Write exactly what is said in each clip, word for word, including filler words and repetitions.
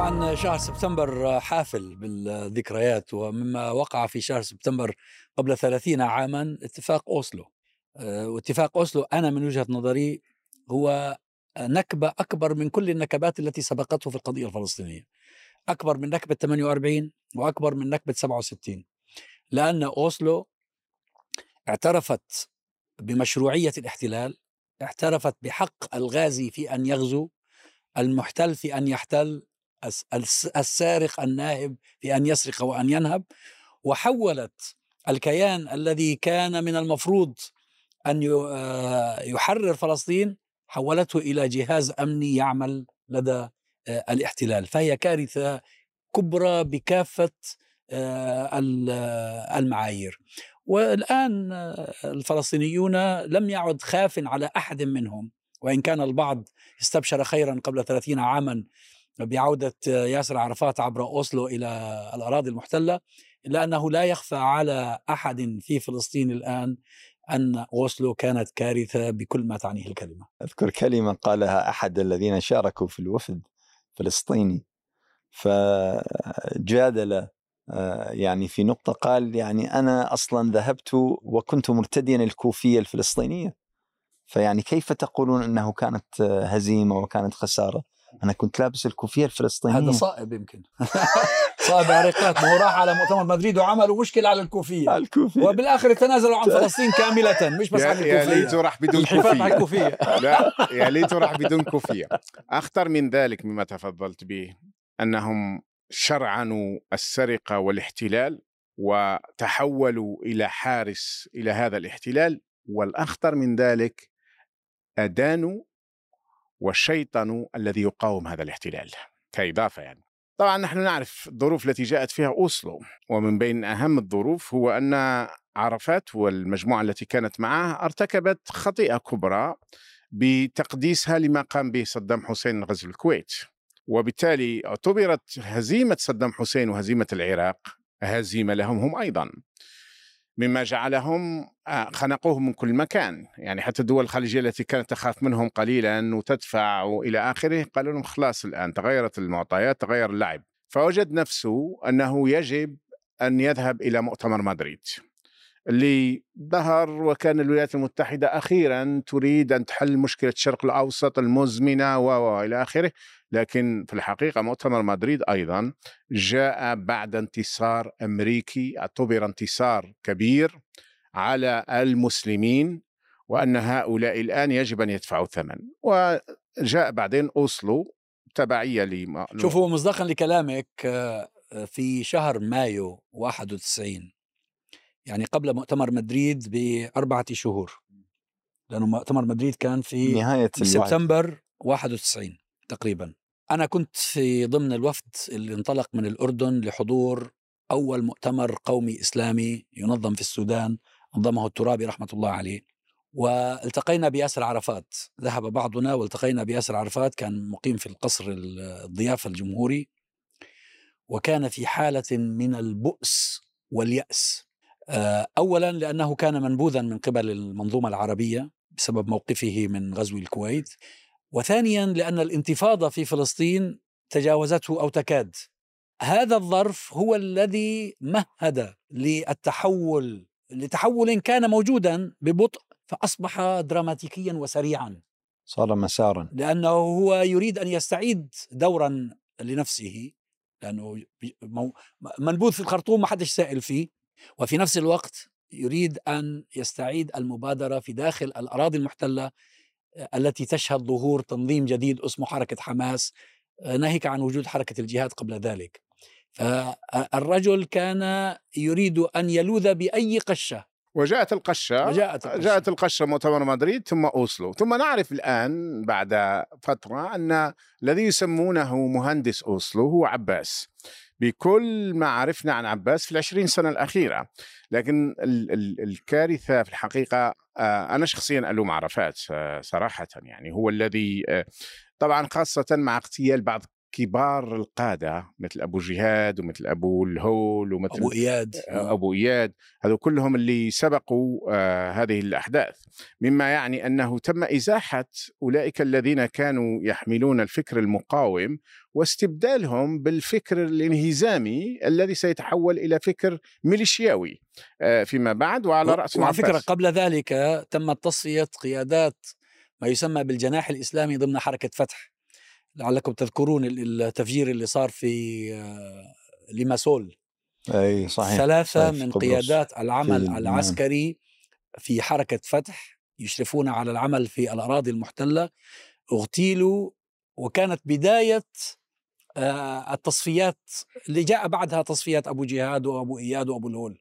طبعا شهر سبتمبر حافل بالذكريات، ومما وقع في شهر سبتمبر قبل ثلاثين عاما اتفاق أوسلو. أه، واتفاق أوسلو أنا من وجهة نظري هو نكبة أكبر من كل النكبات التي سبقته في القضية الفلسطينية، أكبر من نكبة ثمانية وأربعين وأكبر من نكبة سبعة وستين، لأن أوسلو اعترفت بمشروعية الاحتلال، اعترفت بحق الغازي في أن يغزو، المحتل في أن يحتل، السارق الناهب في أن يسرق وأن ينهب، وحولت الكيان الذي كان من المفروض أن يحرر فلسطين حولته إلى جهاز أمني يعمل لدى الاحتلال. فهي كارثة كبرى بكافة المعايير. والآن الفلسطينيون لم يعد خاف على أحد منهم، وإن كان البعض استبشر خيرا قبل ثلاثين عاما بعودة ياسر عرفات عبر أوسلو إلى الأراضي المحتلة، إلا أنه لا يخفى على أحد في فلسطين الآن أن أوسلو كانت كارثة بكل ما تعنيه الكلمة. أذكر كلمة قالها أحد الذين شاركوا في الوفد الفلسطيني، فجادل يعني في نقطة، قال يعني أنا أصلا ذهبت وكنت مرتديا الكوفية الفلسطينية، فيعني كيف تقولون أنه كانت هزيمة وكانت خسارة؟ أنا كنت لابس الكوفية الفلسطينية. هذا صائب يمكن صائب عريقات، ما هو راح على مؤتمر مدريد وعملوا مشكلة على الكوفية, الكوفية. وبالآخر تنازلوا عن فلسطين كاملة، مش بس عن الكوفية. يا ليته راح بدون كوفية. كوفية لا يا ليته راح بدون كوفية. أخطر من ذلك مما تفضلت به أنهم شرعنوا السرقة والاحتلال وتحولوا إلى حارس إلى هذا الاحتلال، والأخطر من ذلك أدانوا والشيطان الذي يقاوم هذا الاحتلال كإضافة. يعني طبعا نحن نعرف الظروف التي جاءت فيها أوسلو، ومن بين أهم الظروف هو أن عرفات والمجموعة التي كانت معه ارتكبت خطيئة كبرى بتقديسها لما قام به صدام حسين غزو الكويت، وبالتالي اعتبرت هزيمة صدام حسين وهزيمة العراق هزيمة لهم هم أيضا، مما جعلهم خنقوهم من كل مكان. يعني حتى الدول الخليجية التي كانت تخاف منهم قليلا وتدفع وإلى آخره قالوا لهم خلاص الآن تغيرت المعطيات، تغير اللعب، فوجد نفسه أنه يجب أن يذهب إلى مؤتمر مدريد اللي ظهر، وكان الولايات المتحدة أخيرا تريد أن تحل مشكلة الشرق الأوسط المزمنة وإلى آخره، لكن في الحقيقة مؤتمر مدريد أيضا جاء بعد انتصار أمريكي اعتبر انتصار كبير على المسلمين، وأن هؤلاء الآن يجب أن يدفعوا ثمن. وجاء بعدين أوسلو تبعية لي. شوفوا مصداقا لكلامك، في شهر مايو واحد وتسعين، يعني قبل مؤتمر مدريد بأربعة شهور، لأنه مؤتمر مدريد كان في نهاية سبتمبر واحد وتسعين تقريبا. أنا كنت في ضمن الوفد اللي انطلق من الأردن لحضور أول مؤتمر قومي إسلامي ينظم في السودان، نظمه الترابي رحمة الله عليه، والتقينا بياسر عرفات. ذهب بعضنا والتقينا بياسر عرفات، كان مقيم في القصر الضيافة الجمهوري، وكان في حالة من البؤس واليأس. أولا لأنه كان منبوذا من قبل المنظومة العربية بسبب موقفه من غزو الكويت، وثانيا لأن الانتفاضة في فلسطين تجاوزته أو تكاد. هذا الظرف هو الذي مهد للتحول لتحول كان موجودا ببطء فأصبح دراماتيكيا وسريعا، صار مسارا، لأنه هو يريد أن يستعيد دورا لنفسه، لأنه منبوذ في الخرطوم ما حدش سائل فيه، وفي نفس الوقت يريد أن يستعيد المبادرة في داخل الأراضي المحتلة التي تشهد ظهور تنظيم جديد اسمه حركة حماس، ناهيك عن وجود حركة الجهاد قبل ذلك. فالرجل كان يريد أن يلوذ بأي قشة، وجاءت القشة وجاءت القشة. جاءت القشة مؤتمر مدريد ثم أوسلو. ثم نعرف الآن بعد فترة أن الذي يسمونه مهندس أوسلو هو عباس، بكل ما عرفنا عن عباس في العشرين سنة الأخيرة. لكن ال ال الكارثة في الحقيقة، أنا شخصيا ألوم عرفات صراحة، يعني هو الذي طبعا خاصة مع اغتيال بعض كبار القادة مثل أبو جهاد ومثل أبو الهول ومثل أبو إياد أبو إياد، هذو كلهم اللي سبقوا آه هذه الأحداث، مما يعني أنه تم إزاحة أولئك الذين كانوا يحملون الفكر المقاوم واستبدالهم بالفكر الانهزامي الذي سيتحول إلى فكر ميليشياوي آه فيما بعد، وعلى رأس وعلى فكرة قبل ذلك تم تصفية قيادات ما يسمى بالجناح الإسلامي ضمن حركة فتح. لعلكم تذكرون التفجير اللي صار في ليماسول، أي صحيح، ثلاثة صحيح من قيادات العمل في العسكري في حركة فتح يشرفون على العمل في الأراضي المحتلة اغتيلوا، وكانت بداية التصفيات اللي جاء بعدها تصفيات أبو جهاد وأبو إياد وأبو الهول،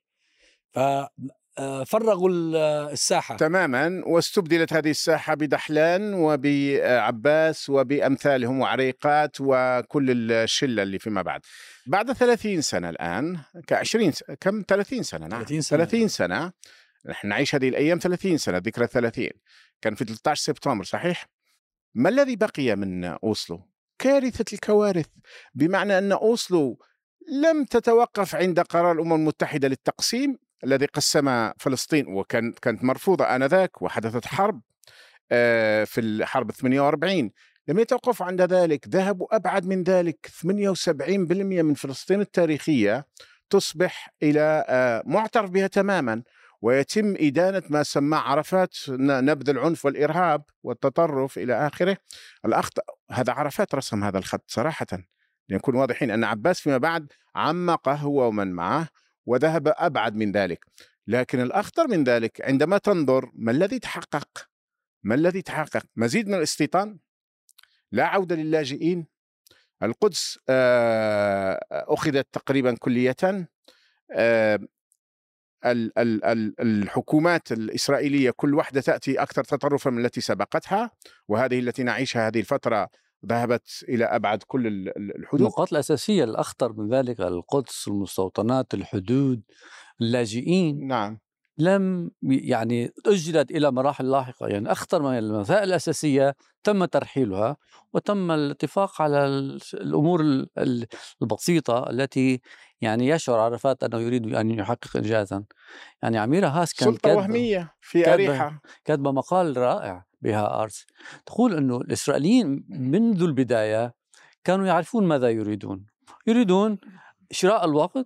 ففرغوا الساحة تماما، واستبدلت هذه الساحة بدحلان وبعباس وبأمثالهم وعريقات وكل الشلة اللي فيما بعد. بعد ثلاثين سنة الآن، كعشرين كم ثلاثين سنة نعم ثلاثين سنة, ثلاثين سنة. نحن نعيش هذه الأيام ثلاثين سنة، ذكرى ثلاثين كان في ثلاثة عشر سبتمبر صحيح. ما الذي بقي من أوسلو؟ كارثة الكوارث، بمعنى أن أوسلو لم تتوقف عند قرار الأمم المتحدة للتقسيم الذي قسم فلسطين، وكانت كانت مرفوضة آنذاك، وحدثت حرب في الحرب ثمانية وأربعين. لم يتوقف عند ذلك، ذهبوا أبعد من ذلك. ثمانية وسبعين بالمئة من فلسطين التاريخية تصبح إلى معترف بها تماما، ويتم إدانة ما سماه عرفات نبذ العنف والإرهاب والتطرف إلى آخره. الأخطأ هذا عرفات رسم هذا الخط صراحة، لنكون واضحين أن عباس فيما بعد عمقه هو ومن معه وذهب أبعد من ذلك. لكن الأخطر من ذلك عندما تنظر ما الذي تحقق، ما الذي تحقق؟ مزيد من الاستيطان، لا عودة للاجئين، القدس أخذت تقريبا كلية، الحكومات الإسرائيلية كل واحدة تأتي أكثر تطرفا من التي سبقتها، وهذه التي نعيشها هذه الفترة ذهبت إلى أبعد كل الحدود. النقاط الأساسية الأخطر من ذلك القدس، المستوطنات، الحدود، اللاجئين، نعم لم يعني أجلت إلى مراحل لاحقة. يعني أخطر من المسائل الأساسية تم ترحيلها، وتم الاتفاق على الأمور البسيطة التي يعني يشعر عرفات أنه يريد أن يحقق إنجازا. يعني عميرة هاس كانت سلطة وهمية في أريحة، كاتبة مقال رائع بها أرتس تقول أنه الإسرائيليين منذ البداية كانوا يعرفون ماذا يريدون. يريدون شراء الوقت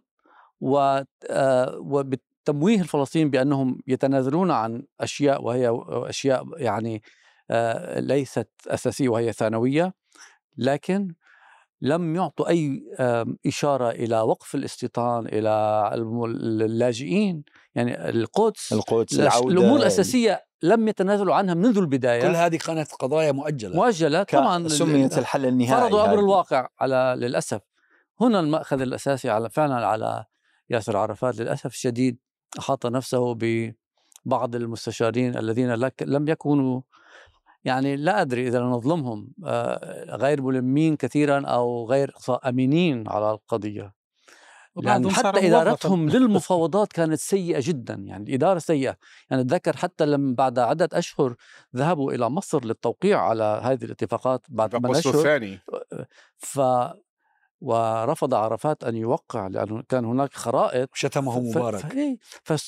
وبالتمويه الفلسطينيين بأنهم يتنازلون عن أشياء، وهي أشياء يعني ليست أساسية وهي ثانوية، لكن لم يعطوا أي إشارة إلى وقف الاستيطان، إلى اللاجئين. يعني القدس, القدس الأمور الأساسية لم يتنازلوا عنها منذ البداية. كل هذه كانت قضايا مؤجلة مؤجلة طبعا، سميت الحل النهائي، فرضوا أمر الواقع على للأسف. هنا المأخذ الأساسي على فعلا على ياسر عرفات. للأسف الشديد أحاط نفسه ببعض المستشارين الذين لم يكونوا، يعني لا أدري إذا نظلمهم، غير ملمين كثيرا أو غير أمينين على القضية. يعني حتى إدارتهم للمفاوضات كانت سيئة جدا، يعني الإدارة سيئة. يعني أتذكر حتى لما بعد عدة أشهر ذهبوا إلى مصر للتوقيع على هذه الاتفاقات بعد من أشهر الثاني، ف ورفض عرفات أن يوقع لأنه كان هناك خرائط، شتمه مبارك.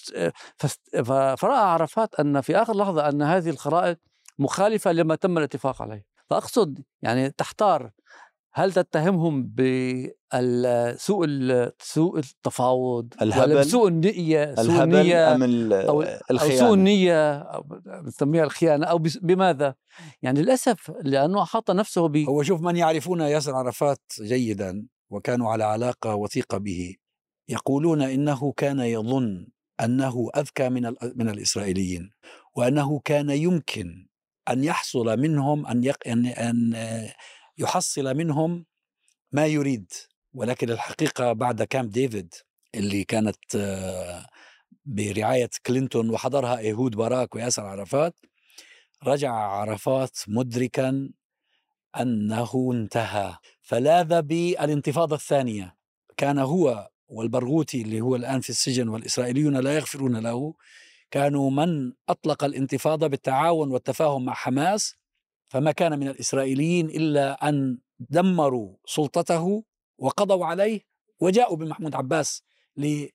فرأى عرفات أن في آخر لحظة أن هذه الخرائط مخالفة لما تم الاتفاق عليه. فأقصد يعني تحتار، هل تتهمهم بسوء سوء التفاوض، ولا بسوء النية، سوء النية أم أو, أو سوء النية نسميها الخيانة، أو بماذا؟ يعني للأسف لأنه أحاط نفسه ب هو شوف، من يعرفون ياسر عرفات جيدا وكانوا على علاقة وثيقة به يقولون إنه كان يظن أنه أذكى من من الإسرائيليين، وأنه كان يمكن أن يحصل منهم أن يق... أن أن يحصل منهم ما يريد. ولكن الحقيقة بعد كامب ديفيد اللي كانت برعاية كلينتون وحضرها إيهود باراك وياسر عرفات، رجع عرفات مدركا أنه انتهى، فلاذ بالانتفاضة الثانية. كان هو والبرغوثي اللي هو الآن في السجن والإسرائيليون لا يغفرون له، كانوا من أطلق الانتفاضة بالتعاون والتفاهم مع حماس فما كان من الإسرائيليين إلا أن دمروا سلطته وقضوا عليه وجاءوا بمحمود عباس لي...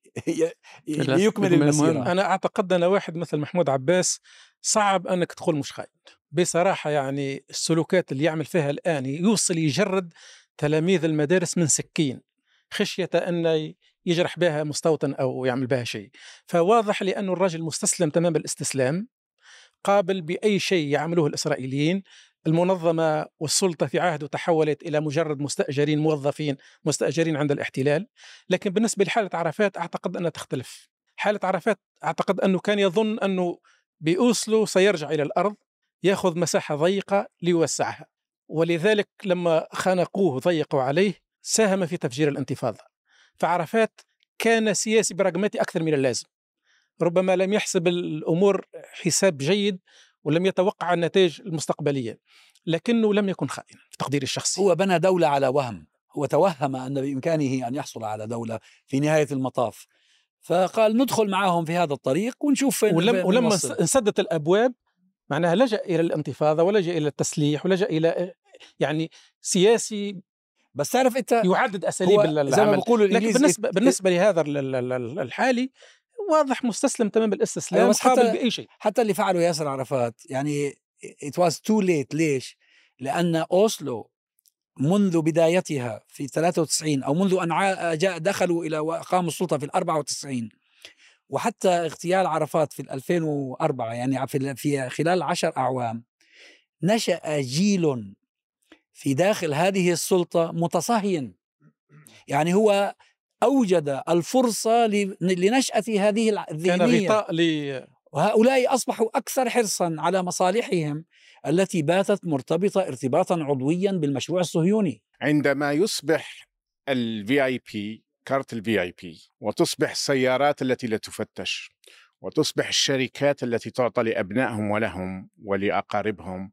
ليكمل المسيرة. أنا أعتقد أن واحد مثل محمود عباس صعب أنك تقول مش خاين بصراحة. يعني السلوكات اللي يعمل فيها الآن يوصل يجرد تلاميذ المدارس من سكين خشية أن يجرح بها مستوطن أو يعمل بها شيء. فواضح لأنه الرجل مستسلم تمام الاستسلام، قابل بأي شيء يعملوه الإسرائيليين. المنظمة والسلطة في عهده تحولت إلى مجرد مستأجرين موظفين مستأجرين عند الاحتلال. لكن بالنسبة لحالة عرفات أعتقد أنها تختلف. حالة عرفات أعتقد أنه كان يظن أنه بأوسلو سيرجع إلى الأرض، يأخذ مساحة ضيقة ليوسعها، ولذلك لما خنقوه ضيقوا عليه ساهم في تفجير الانتفاضة. فعرفات كان سياسي براغماتي أكثر من اللازم، ربما لم يحسب الأمور حساب جيد ولم يتوقع النتائج المستقبلية، لكنه لم يكن خائنا في تقديري الشخصي. هو بنى دولة على وهم، هو توهم أن بإمكانه أن يحصل على دولة في نهاية المطاف، فقال ندخل معهم في هذا الطريق ونشوف فين. ولم ولما انسدت الأبواب معناها لجأ إلى الانتفاضة ولجأ إلى التسليح ولجأ إلى يعني سياسي. بس تعرف أنت يعدد أساليب العمل. لكن بالنسبة إت... بالنسبة لهذا الحالي واضح مستسلم تمام الاستسلام، قابل بأي شيء. حتى اللي فعله ياسر عرفات يعني it was too late. ليش؟ لأن أوسلو منذ بدايتها في ثلاثة وتسعين أو منذ أن جاء دخلوا إلى وقاموا السلطة في الأربعة وتسعين، وحتى اغتيال عرفات في ألفين وأربعة، يعني في في خلال عشر أعوام نشأ جيل في داخل هذه السلطة متصهين. يعني هو أوجد الفرصة لنشأة هذه الذهنية، كان غطاء ل... وهؤلاء أصبحوا أكثر حرصا على مصالحهم التي باتت مرتبطة ارتباطا عضويا بالمشروع الصهيوني. عندما يصبح الفي اي بي كارت الفي اي بي، وتصبح السيارات التي لا تفتش، وتصبح الشركات التي تعطى لأبنائهم ولهم ولأقاربهم،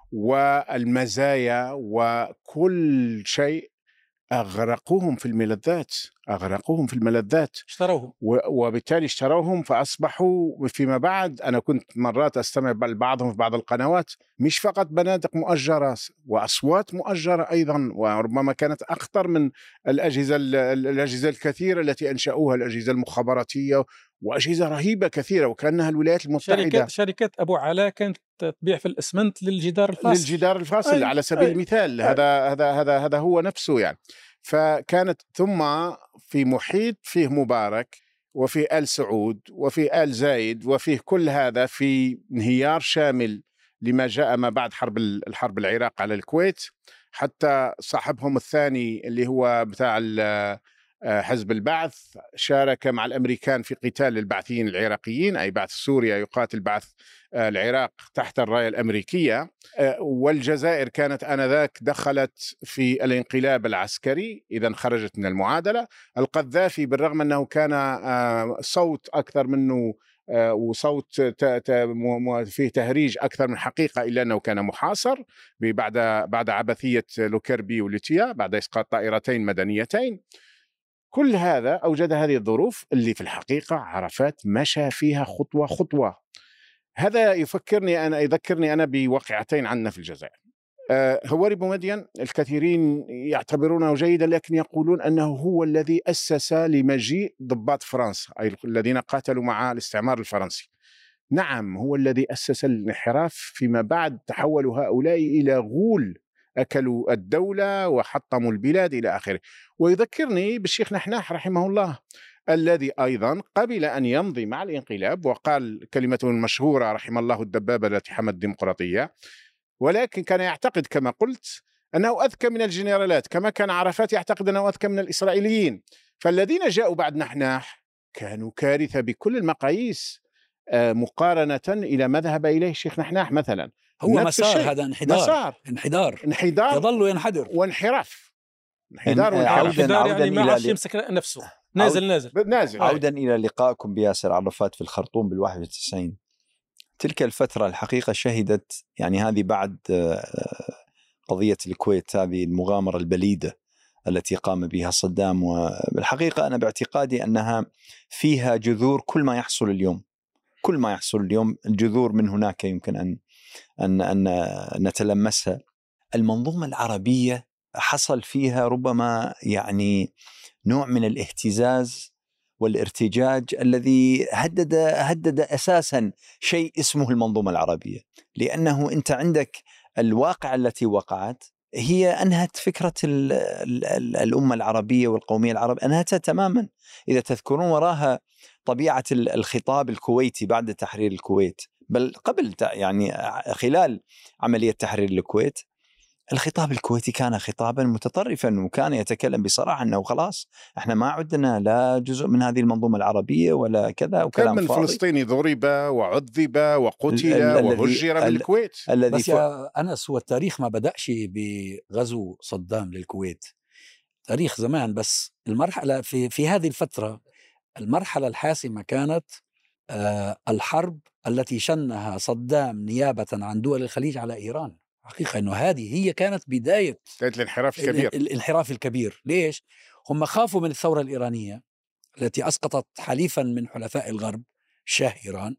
والمزايا وكل شيء، أغرقوهم في الملذات أغرقوهم في الملذات اشتروهم، وبالتالي اشتروهم. فأصبحوا فيما بعد، أنا كنت مرات أستمع لبعضهم في بعض القنوات، مش فقط بنادق مؤجرة وأصوات مؤجرة أيضا، وربما كانت أخطر من الأجهزة الأجهزة الكثيرة التي أنشأوها، الأجهزة المخابراتية وأجهزة رهيبة كثيرة، وكأنها الولايات المتحدة. شركات, شركات أبو علاء كانت تبيع في الإسمنت للجدار الفاصل للجدار الفاصل أي. على سبيل أي. المثال أي. هذا هذا هذا هذا هو نفسه يعني. فكانت ثم في محيط فيه مبارك وفيه آل سعود وفيه آل زايد وفيه كل هذا، في انهيار شامل لما جاء ما بعد حرب الحرب العراق على الكويت. حتى صاحبهم الثاني اللي هو بتاع حزب البعث شارك مع الأمريكان في قتال البعثيين العراقيين، أي بعث سوريا يقاتل بعث العراق تحت الراية الأمريكية. والجزائر كانت آنذاك دخلت في الانقلاب العسكري، إذا خرجت من المعادلة. القذافي بالرغم أنه كان صوت أكثر منه وصوت فيه تهريج أكثر من حقيقة، إلا أنه كان محاصر بعد بعد عبثية لوكربي وليتيا، بعد إسقاط طائرتين مدنيتين. كل هذا أوجد هذه الظروف اللي في الحقيقة عرفات مشى فيها خطوة خطوة. هذا يفكرني أنا يذكرني أنا بواقعتين عندنا في الجزائر. أه هواري بومدين الكثيرين يعتبرونه جيدا، لكن يقولون أنه هو الذي أسس لمجيء ضباط فرنسا، أي الذين قاتلوا مع الاستعمار الفرنسي. نعم، هو الذي أسس الانحراف، فيما بعد تحولوا هؤلاء إلى غول أكلوا الدولة وحطموا البلاد إلى آخره. ويذكرني بالشيخ نحناح رحمه الله، الذي أيضا قبل أن يمضي مع الانقلاب وقال كلمته المشهورة رحم الله الدبابة التي حمت الديمقراطية، ولكن كان يعتقد كما قلت أنه أذكى من الجنرالات، كما كان عرفات يعتقد أنه أذكى من الإسرائيليين. فالذين جاءوا بعد نحناح كانوا كارثة بكل المقاييس مقارنة إلى ما ذهب إليه الشيخ نحناح مثلا. هو مسار، هذا انحدار مسار انحدار انحدار يظل ينحدر وانحراف انحدار وانحدار يعني ما عادش يمسك نفسه، نازل نازل نازل. عودا إلى لقائكم بياسر عرفات في الخرطوم بالواحد وتسعين، تلك الفترة الحقيقة شهدت يعني هذه بعد قضية الكويت، هذه المغامرة البليدة التي قام بها صدام، وبالحقيقة أنا باعتقادي أنها فيها جذور كل ما يحصل اليوم. كل ما يحصل اليوم الجذور من هناك يمكن أن أن أن نتلمسها. المنظومة العربية حصل فيها ربما يعني نوع من الاهتزاز والارتجاج الذي هدد هدد أساسا شيء اسمه المنظومة العربية، لأنه أنت عندك الواقع التي وقعت هي أنهت فكرة ال ال ال الأمة العربية والقومية العربية، أنهتها تماما. إذا تذكرون وراها طبيعة الخطاب الكويتي بعد تحرير الكويت، بل قبل يعني خلال عملية تحرير الكويت، الخطاب الكويتي كان خطابا متطرفا، وكان يتكلم بصراحة أنه خلاص احنا ما عدنا لا جزء من هذه المنظومة العربية ولا كذا، وكلام كم من فاضي. فلسطيني ضرب وعذب وقتل وهجر من الكويت. الذي بس يا أنس، هو التاريخ ما بدأش بغزو صدام للكويت، تاريخ زمان، بس المرحلة في, في هذه الفترة المرحلة الحاسمة كانت آه الحرب التي شنها صدام نيابة عن دول الخليج على إيران. حقيقة أنه هذه هي كانت بداية الانحراف الكبير. الانحراف الكبير. ليش؟ هم خافوا من الثورة الإيرانية التي أسقطت حليفا من حلفاء الغرب شاه إيران،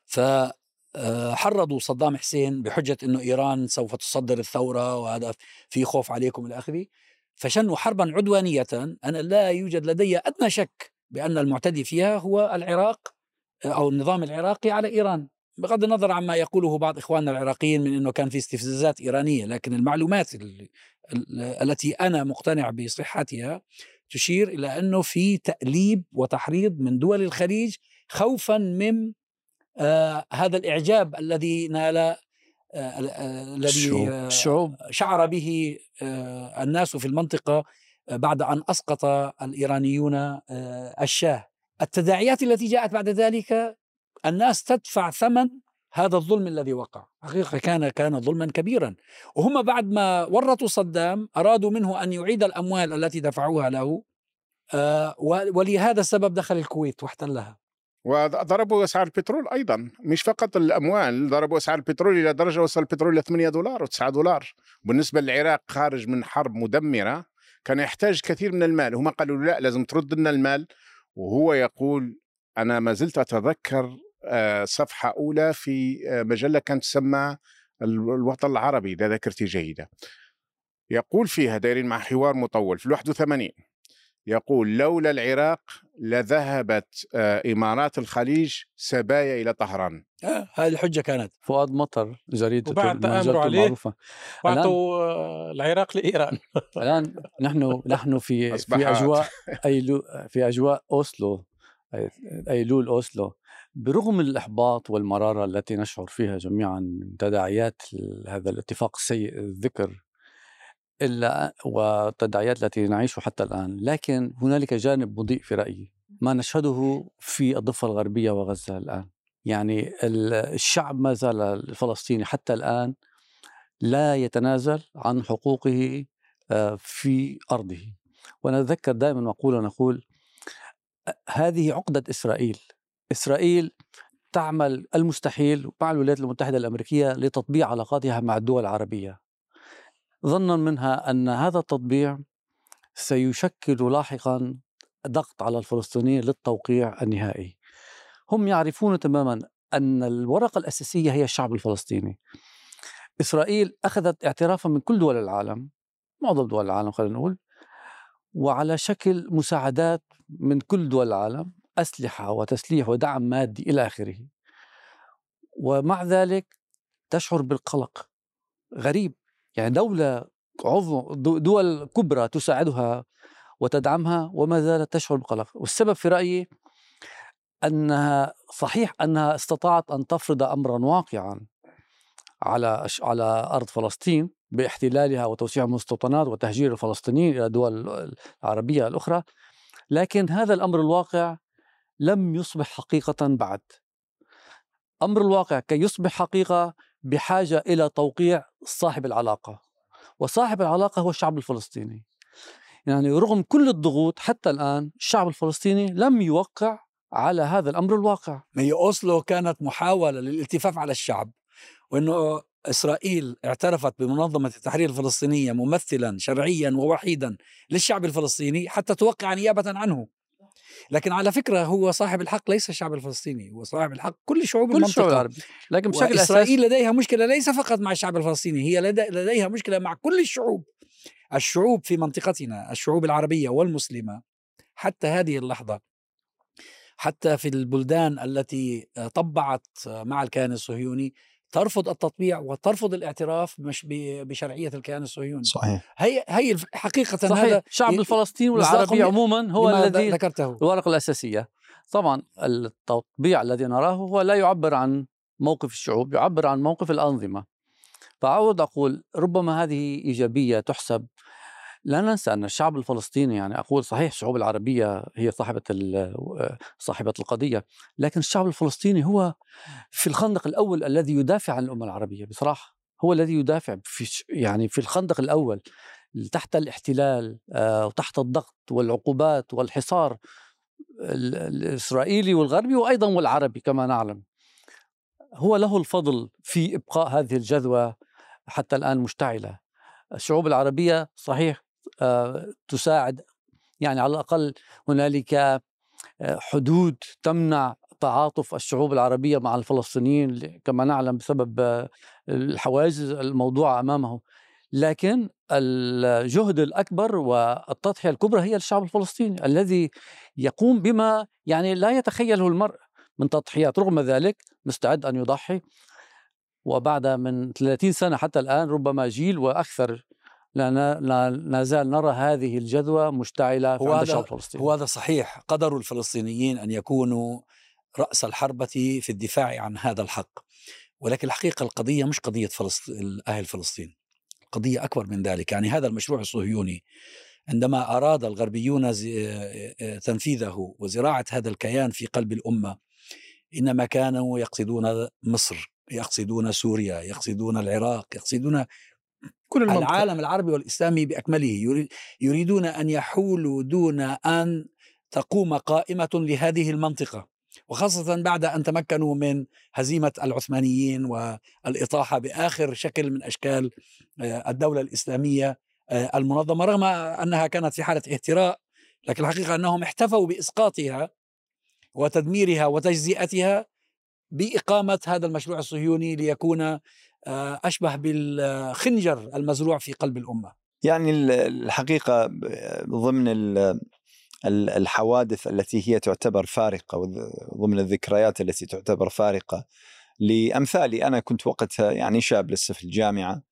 فحرضوا صدام حسين بحجة أنه إيران سوف تصدر الثورة وهذا في خوف عليكم إلى آخره، فشنوا حربا عدوانية. أنا لا يوجد لدي أدنى شك بأن المعتدي فيها هو العراق أو النظام العراقي على إيران، بغض النظر عما يقوله بعض إخواننا العراقيين من أنه كان في استفزازات إيرانية، لكن المعلومات ال ال التي أنا مقتنع بصحتها تشير إلى أنه في تأليب وتحريض من دول الخليج خوفا من آه هذا الإعجاب الذي نال آه الذي آه الشعوب شعر به آه الناس في المنطقة بعد أن أسقط الإيرانيون آه الشاه. التداعيات التي جاءت بعد ذلك الناس تدفع ثمن هذا الظلم الذي وقع. حقيقة كان كان ظلما كبيرا، وهم بعد ما ورطوا صدام أرادوا منه أن يعيد الأموال التي دفعوها له، آه ولهذا السبب دخل الكويت واحتلها. وضربوا أسعار البترول أيضا، مش فقط الأموال، ضربوا أسعار البترول إلى درجة وصل البترول إلى ثمانية دولار وتسعة دولار. بالنسبة للعراق خارج من حرب مدمرة كان يحتاج كثير من المال، هم قالوا لا لازم ترد لنا المال. وهو يقول أنا ما زلت أتذكر صفحة أولى في مجلة كانت تسمى الوطن العربي إذا ذاكرتي جيدة، يقول فيها دايرين مع حوار مطول في الواحد وثمانين، يقول لولا العراق لذهبت إمارات الخليج سبايا إلى طهران. آه هذه الحجة كانت. فؤاد مطر جريدة وبعد تآمروا عليه المعروفة وأعطوا العراق لإيران. الآن نحن نحن في في أجواء أيلو في أجواء أوسلو، أيلول أوسلو، برغم الإحباط والمرارة التي نشعر فيها جميعا من تداعيات هذا الاتفاق السيء الذكر إلا والتداعيات التي نعيشها حتى الآن، لكن هنالك جانب مضيء في رأيي ما نشهده في الضفة الغربية وغزة الآن. يعني الشعب ما زال الفلسطيني حتى الآن لا يتنازل عن حقوقه في أرضه. ونتذكر دائما مقولة نقول هذه عقدة إسرائيل. إسرائيل تعمل المستحيل مع الولايات المتحدة الأمريكية لتطبيع علاقاتها مع الدول العربية، ظنا منها أن هذا التطبيع سيشكل لاحقا ضغط على الفلسطينيين للتوقيع النهائي. هم يعرفون تماما أن الورقة الأساسية هي الشعب الفلسطيني. إسرائيل أخذت اعترافا من كل دول العالم، معظم دول العالم خلينا نقول، وعلى شكل مساعدات من كل دول العالم، أسلحة وتسليح ودعم مادي إلى آخره، ومع ذلك تشعر بالقلق. غريب، يعني دولة عظمى، دول كبرى تساعدها وتدعمها وما زالت تشعر بالقلق. والسبب في رأيي أنها صحيح أنها استطاعت أن تفرض أمرا واقعا على على أرض فلسطين باحتلالها وتوسيع المستوطنات وتهجير الفلسطينيين إلى الدول العربية الأخرى، لكن هذا الأمر الواقع لم يصبح حقيقة بعد. أمر الواقع كي يصبح حقيقة بحاجة إلى توقيع صاحب العلاقة، وصاحب العلاقة هو الشعب الفلسطيني. يعني رغم كل الضغوط حتى الآن الشعب الفلسطيني لم يوقع على هذا الأمر الواقع. هي أوسلو كانت محاولة للالتفاف على الشعب، وأنه إسرائيل اعترفت بمنظمة التحرير الفلسطينية ممثلا شرعيا ووحيدا للشعب الفلسطيني حتى توقع نيابة عنه. لكن على فكرة هو صاحب الحق ليس الشعب الفلسطيني، هو صاحب الحق كل شعوب كل الشعوب المنطقة. العربية، لكن بشكل إسرائيل أساسي لديها مشكلة ليس فقط مع الشعب الفلسطيني، هي لدي لديها مشكلة مع كل الشعوب. الشعوب في منطقتنا، الشعوب العربية والمسلمة حتى هذه اللحظة، حتى في البلدان التي طبعت مع الكيان الصهيوني، ترفض التطبيع وترفض الاعتراف مش بشرعية الكيان الصهيوني. صحيح. هي هي حقيقة صحيح. هذا الشعب الفلسطيني والعربي عموما هو الذي ذكرته. الورقة الأساسية. طبعا التطبيع الذي نراه هو لا يعبر عن موقف الشعوب، يعبر عن موقف الأنظمة. فأعود أقول ربما هذه إيجابية تحسب. لا ننسى أن الشعب الفلسطيني، يعني أقول صحيح الشعوب العربية هي صاحبة صاحبة القضية، لكن الشعب الفلسطيني هو في الخندق الأول الذي يدافع عن الأمة العربية. بصراحة هو الذي يدافع في يعني في الخندق الأول تحت الاحتلال وتحت الضغط والعقوبات والحصار الإسرائيلي والغربي وأيضا والعربي كما نعلم. هو له الفضل في إبقاء هذه الجذوة حتى الآن مشتعلة. الشعوب العربية صحيح تساعد، يعني على الأقل هنالك حدود تمنع تعاطف الشعوب العربية مع الفلسطينيين كما نعلم بسبب الحواجز الموضوعة أمامه، لكن الجهد الأكبر والتضحية الكبرى هي الشعب الفلسطيني الذي يقوم بما يعني لا يتخيله المرء من تضحيات. رغم ذلك مستعد أن يضحي، وبعد من ثلاثين سنة حتى الآن ربما جيل وأكثر لا نزال نرى هذه الجذوة مشتعلة في عند الشعب الفلسطيني. وهذا صحيح. قدر الفلسطينيين أن يكونوا رأس الحربة في الدفاع عن هذا الحق، ولكن الحقيقة القضية مش قضية فلسطين أهل فلسطين، قضية أكبر من ذلك. يعني هذا المشروع الصهيوني عندما أراد الغربيون تنفيذه وزراعة هذا الكيان في قلب الأمة، إنما كانوا يقصدون مصر، يقصدون سوريا، يقصدون العراق، يقصدون كل المنطقة. العالم العربي والإسلامي بأكمله. يريدون أن يحولوا دون أن تقوم قائمة لهذه المنطقة، وخاصة بعد أن تمكنوا من هزيمة العثمانيين والإطاحة بآخر شكل من أشكال الدولة الإسلامية المنظمة، رغم أنها كانت في حالة اهتراء، لكن الحقيقة أنهم احتفوا بإسقاطها وتدميرها وتجزئتها بإقامة هذا المشروع الصهيوني ليكون أشبه بالخنجر المزروع في قلب الأمة. يعني الحقيقة ضمن الحوادث التي هي تعتبر فارقة وضمن الذكريات التي تعتبر فارقة لأمثالي، أنا كنت وقتها يعني شاب لسه في الجامعة،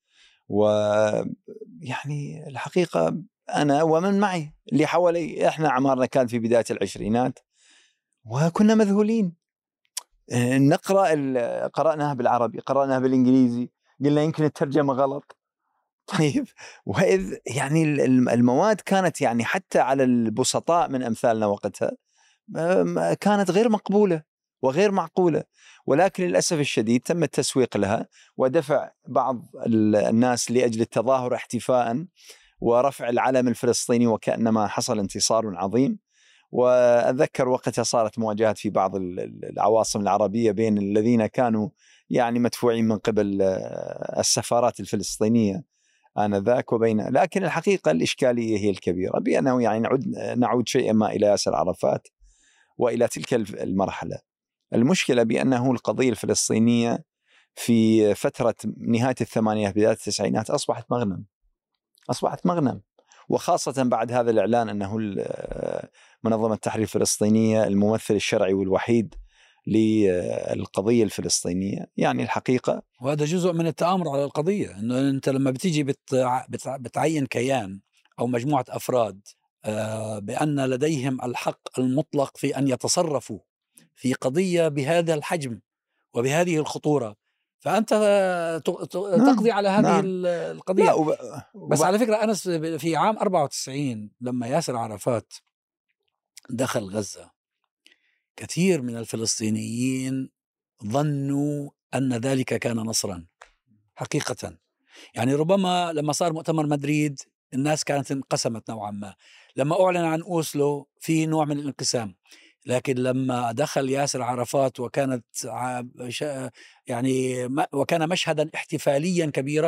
ويعني الحقيقة أنا ومن معي اللي حوالي إحنا عمرنا كان في بداية العشرينات، وكنا مذهولين. نقرأ قرأناها بالعربي، قرأناها بالإنجليزي، قلنا يمكن الترجمة غلط. طيب، وإذ يعني المواد كانت يعني حتى على البسطاء من أمثالنا وقتها كانت غير مقبولة وغير معقولة، ولكن للأسف الشديد تم التسويق لها ودفع بعض الناس لأجل التظاهر احتفاء ورفع العلم الفلسطيني وكأنما حصل انتصار عظيم. وأذكر وقتها صارت مواجهات في بعض العواصم العربية بين الذين كانوا يعني مدفوعين من قبل السفارات الفلسطينية آنذاك وبين، لكن الحقيقة الإشكالية هي الكبيرة بأنه يعني نعود نعود شيئا ما إلى ياسر عرفات وإلى تلك المرحلة. المشكلة بأنه القضية الفلسطينية في فترة نهاية الثمانينات بداية التسعينات أصبحت مغنم، أصبحت مغنم، وخاصة بعد هذا الإعلان أنه منظمة التحرير الفلسطينية الممثل الشرعي والوحيد للقضية الفلسطينية. يعني الحقيقة وهذا جزء من التآمر على القضية، أنه أنت لما بتيجي بتع... بتع... بتعين كيان أو مجموعة أفراد بأن لديهم الحق المطلق في أن يتصرفوا في قضية بهذا الحجم وبهذه الخطورة، فأنت تقضي على هذه نعم. القضية. وب... وب... بس على فكرة أنس في عام أربعة وتسعين لما ياسر عرفات دخل غزة، كثير من الفلسطينيين ظنوا أن ذلك كان نصرا حقيقة. يعني ربما لما صار مؤتمر مدريد الناس كانت انقسمت نوعا ما، لما أعلن عن أوسلو في نوع من الانقسام، لكن لما دخل ياسر عرفات وكانت يعني وكان مشهدا احتفاليا كبيرا،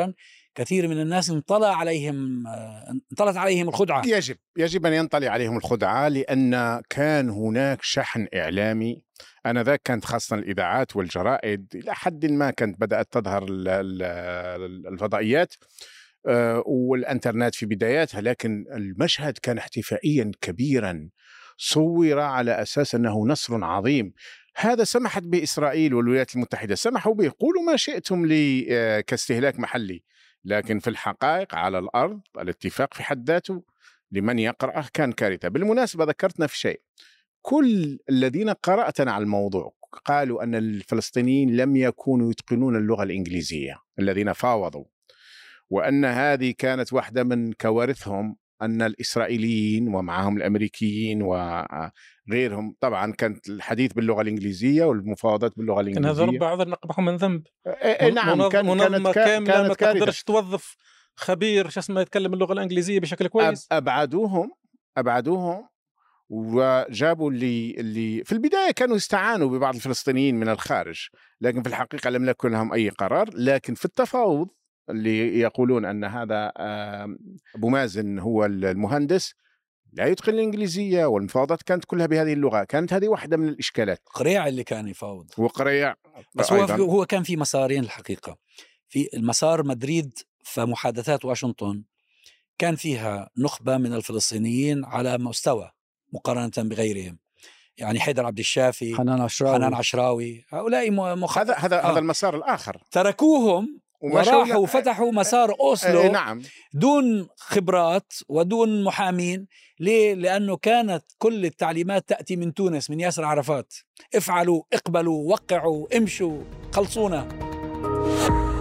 كثير من الناس انطلع عليهم انطلت عليهم الخدعة. يجب يجب أن ينطلي عليهم الخدعة، لأن كان هناك شحن إعلامي آنذاك. كانت خاصة الإذاعات والجرائد إلى حد ما كانت بدأت تظهر الفضائيات والإنترنت في بداياتها، لكن المشهد كان احتفائيا كبيرا، صور على أساس أنه نصر عظيم. هذا سمحت بإسرائيل والولايات المتحدة، سمحوا به، قولوا ما شئتم لي كاستهلاك محلي، لكن في الحقائق على الأرض الاتفاق في حد ذاته لمن يقرأه كان كارثة. بالمناسبة ذكرتنا في شيء، كل الذين قرأتنا على الموضوع قالوا أن الفلسطينيين لم يكونوا يتقنون اللغة الإنجليزية الذين فاوضوا، وأن هذه كانت واحدة من كوارثهم، أن الإسرائيليين ومعهم الأمريكيين وغيرهم طبعا كانت الحديث باللغة الإنجليزية والمفاوضات باللغة الإنجليزية. كان هذا ربع عذر نقبحهم من ذنب. إيه نعم، كان منظمة كانت كاملة كانت ما تقدرش توظف خبير شو اسمه يتكلم اللغة الإنجليزية بشكل كويس. أبعدوهم أبعدوهم وجابوا اللي اللي في البداية كانوا يستعانوا ببعض الفلسطينيين من الخارج، لكن في الحقيقة لم يكن لهم أي قرار. لكن في التفاوض اللي يقولون أن هذا أبو مازن هو المهندس لا يتقن الإنجليزية، والمفاوضات كانت كلها بهذه اللغة، كانت هذه واحدة من الإشكالات. قريع اللي كان يفاوض، وقريع بس هو, هو كان في مسارين الحقيقة. في المسار مدريد، فمحادثات واشنطن كان فيها نخبة من الفلسطينيين على مستوى مقارنة بغيرهم، يعني حيدر عبد الشافي، حنان عشراوي, حنان عشراوي هؤلاء مخ... هذا هذا آه. هذا المسار الآخر تركوهم وراحوا وفتحوا مسار أوسلو. آه نعم. دون خبرات ودون محامين. ليه؟ لأنه كانت كل التعليمات تأتي من تونس، من ياسر عرفات، افعلوا، اقبلوا، وقعوا، امشوا، خلصونا.